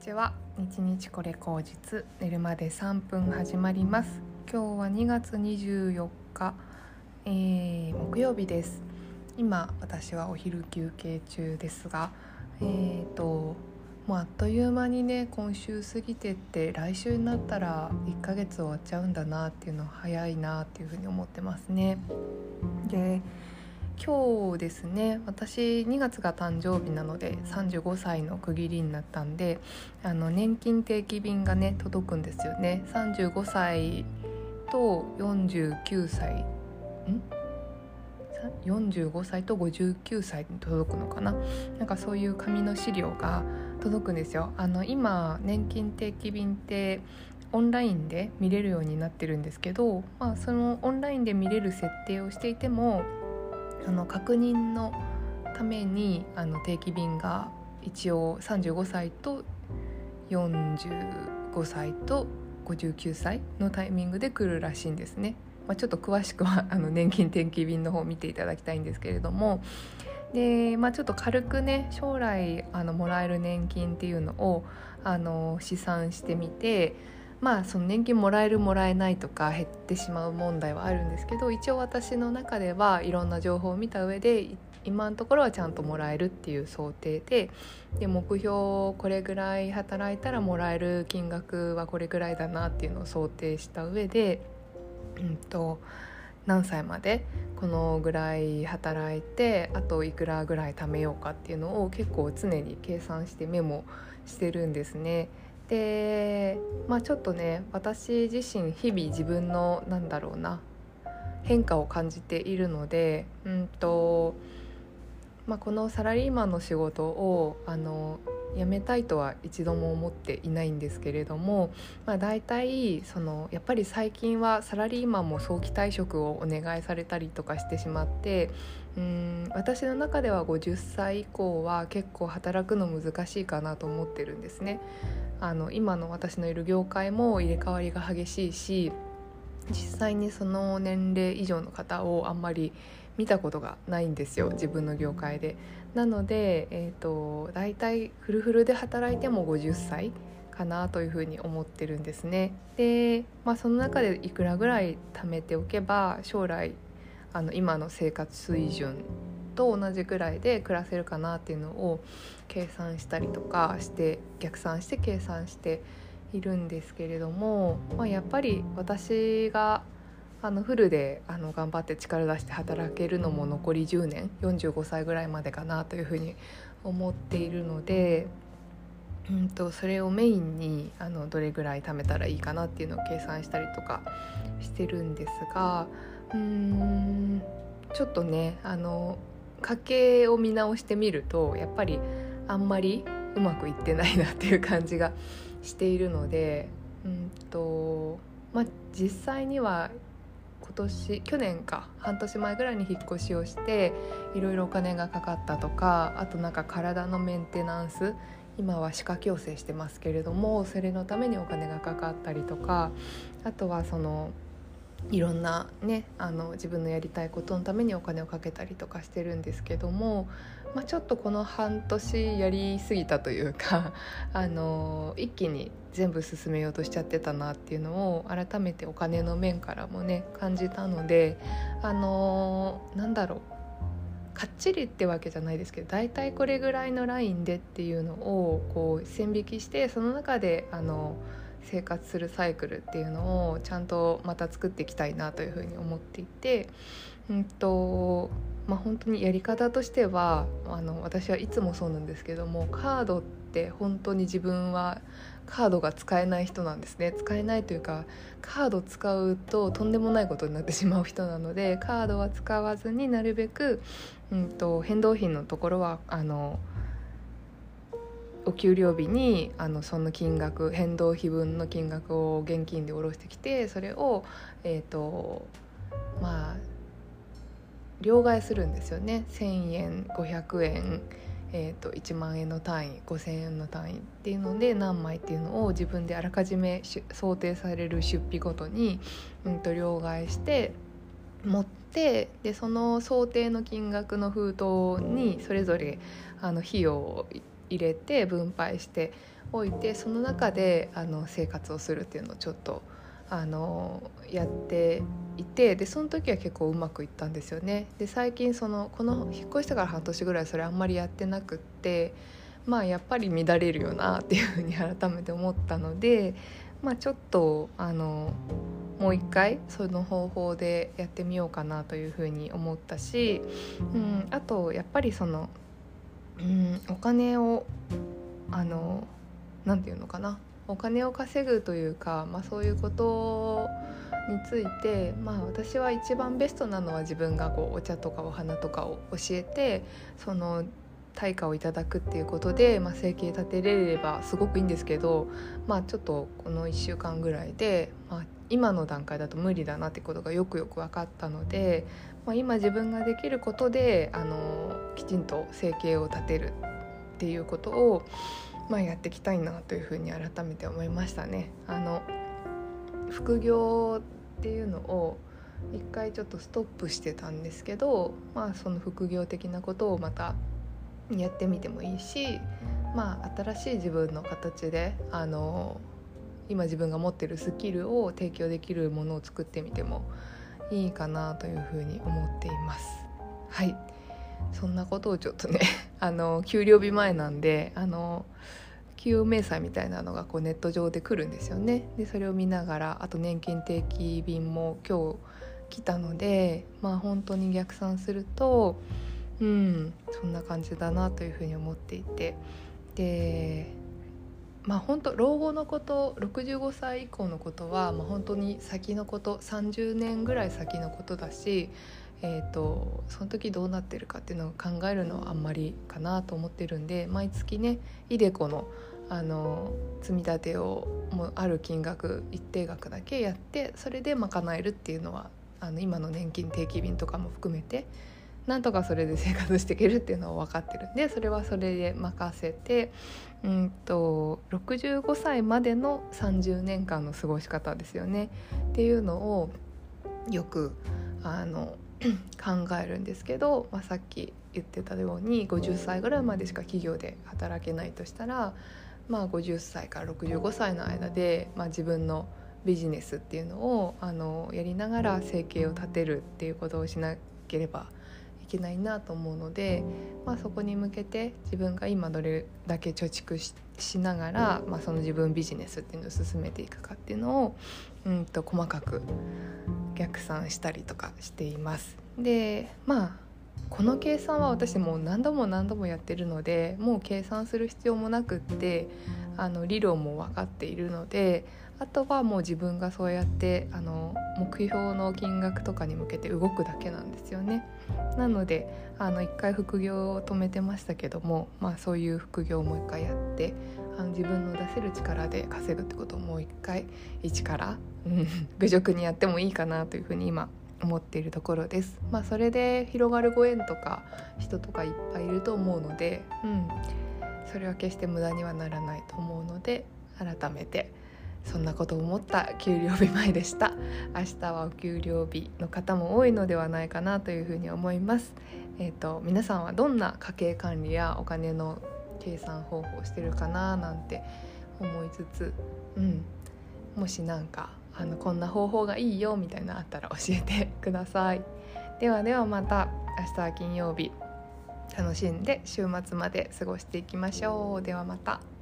ちは。日々これ口実、寝るまで3分始まります。今日は2月24日、木曜日です。今私はお昼休憩中ですが、もうあっという間にね、今週過ぎてって来週になったら1ヶ月終わっちゃうんだなっていうのは早いなっていうふうに思ってますね。で今日ですね、私2月が誕生日なので35歳の区切りになったんで、年金定期便がね届くんですよね。35歳と49歳45歳と59歳に届くのかな。なんかそういう紙の資料が届くんですよ。今年金定期便ってオンラインで見れるようになってるんですけど、そのオンラインで見れる設定をしていても確認のために定期便が一応35歳と45歳と59歳のタイミングで来るらしいんですね。ちょっと詳しくは年金定期便の方を見ていただきたいんですけれども、で、ちょっと軽くね、将来もらえる年金っていうのを試算してみて、その年金もらえるもらえないとか減ってしまう問題はあるんですけど、一応私の中ではいろんな情報を見た上で今のところはちゃんともらえるっていう想定で目標これぐらい働いたらもらえる金額はこれぐらいだなっていうのを想定した上で、何歳までこのぐらい働いてあといくらぐらい貯めようかっていうのを結構常に計算してメモしてるんですね。で、ちょっとね、私自身日々自分の変化を感じているので、このサラリーマンの仕事を辞めたいとは一度も思っていないんですけれども、だいたいやっぱり最近はサラリーマンも早期退職をお願いされたりとかしてしまって、私の中では50歳以降は結構働くの難しいかなと思ってるんですね。今の私のいる業界も入れ替わりが激しいし、実際にその年齢以上の方をあんまり見たことがないんですよ、自分の業界で。なので、だいたいフルフルで働いても50歳かなというふうに思ってるんですね。で、その中でいくらぐらい貯めておけば将来今の生活水準と同じぐらいで暮らせるかなっていうのを計算したりとかして逆算して計算しているんですけれども、やっぱり私がフルで頑張って力出して働けるのも残り10年45歳ぐらいまでかなというふうに思っているので、それをメインにどれぐらい貯めたらいいかなっていうのを計算したりとかしてるんですが、ちょっとね家計を見直してみるとやっぱりあんまりうまくいってないなっていう感じがしているので、実際には去年か半年前ぐらいに引っ越しをしていろいろお金がかかったとか、あと体のメンテナンス、今は歯科矯正してますけれどもそれのためにお金がかかったりとか、あとはいろんなね自分のやりたいことのためにお金をかけたりとかしてるんですけども、ちょっとこの半年やりすぎたというか一気に全部進めようとしちゃってたなっていうのを改めてお金の面からもね感じたので、かっちりってわけじゃないですけど、だいたいこれぐらいのラインでっていうのをこう線引きして、その中で生活するサイクルっていうのをちゃんとまた作っていきたいなというふうに思っていて、本当にやり方としては私はいつもそうなんですけども、カードって本当に自分はカードが使えない人なんですね。使えないというか、カード使うととんでもないことになってしまう人なので、カードは使わずになるべく、変動品のところはお給料日にその金額、変動費分の金額を現金で下ろしてきて、それを両替するんですよね。1000円500円、1万円の単位5000円の単位っていうので何枚っていうのを自分であらかじめ想定される出費ごとに、両替して持って、でその想定の金額の封筒にそれぞれ費用を入れて分配して置いて、その中で生活をするっていうのをちょっとやっていて、でその時は結構うまくいったんですよね。で最近この引っ越してから半年ぐらいそれあんまりやってなくって、やっぱり乱れるよなっていうふうに改めて思ったので、ちょっともう一回その方法でやってみようかなというふうに思ったし、あとやっぱりお金をなんていうのかな、お金を稼ぐというか、そういうことについて、私は一番ベストなのは自分がお茶とかお花とかを教えてその対価をいただくっていうことで、生計立てれればすごくいいんですけど、ちょっとこの1週間ぐらいで、今の段階だと無理だなってことがよくよく分かったので、今自分ができることできちんと生計を立てるっていうことを、やっていきたいなというふうに改めて思いましたね。副業っていうのを一回ちょっとストップしてたんですけど、その副業的なことをまたやってみてもいいし、新しい自分の形で今自分が持ってるスキルを提供できるものを作ってみてもいいかなというふうに思っています。はい、そんなことをちょっとね給料日前なんで給与明細みたいなのがネット上で来るんですよね。でそれを見ながら、あと年金定期便も今日来たので、本当に逆算するとそんな感じだなというふうに思っていて、で本当老後のこと、65歳以降のことは、本当に先のこと、30年ぐらい先のことだし、その時どうなってるかっていうのを考えるのはあんまりかなと思ってるんで、毎月ねイデコの積み立てをもうある金額一定額だけやって、それで賄えるっていうのは今の年金定期便とかも含めてなんとかそれで生活していけるっていうのは分かってるんで、それはそれで任せて65歳までの30年間の過ごし方ですよねっていうのをよく考えるんですけど、さっき言ってたように50歳ぐらいまでしか企業で働けないとしたら、50歳から65歳の間で、自分のビジネスっていうのをやりながら生計を立てるっていうことをしなければいけないなと思うので、そこに向けて自分が今どれだけ貯蓄 しながら、その自分ビジネスっていうのを進めていくかっていうのを細かく逆算したりとかしています。でこの計算は私もう何度もやってるので、もう計算する必要もなくって理論も分かっているので、あとはもう自分がそうやって目標の金額とかに向けて動くだけなんですよね。なので一回副業を止めてましたけども、そういう副業をもう一回やって自分の出せる力で稼ぐってことをもう一回一から愚直にやってもいいかなというふうに今思っているところです。それで広がるご縁とか人とかいっぱいいると思うので、それは決して無駄にはならないと思うので、改めてそんなことを思った給料日前でした。明日はお給料日の方も多いのではないかなというふうに思います。皆さんはどんな家計管理やお金の計算方法をしてるかななんて思いつつ、もしなんかこんな方法がいいよみたいなのあったら教えてください。ではまた明日は金曜日、楽しんで週末まで過ごしていきましょう。ではまた。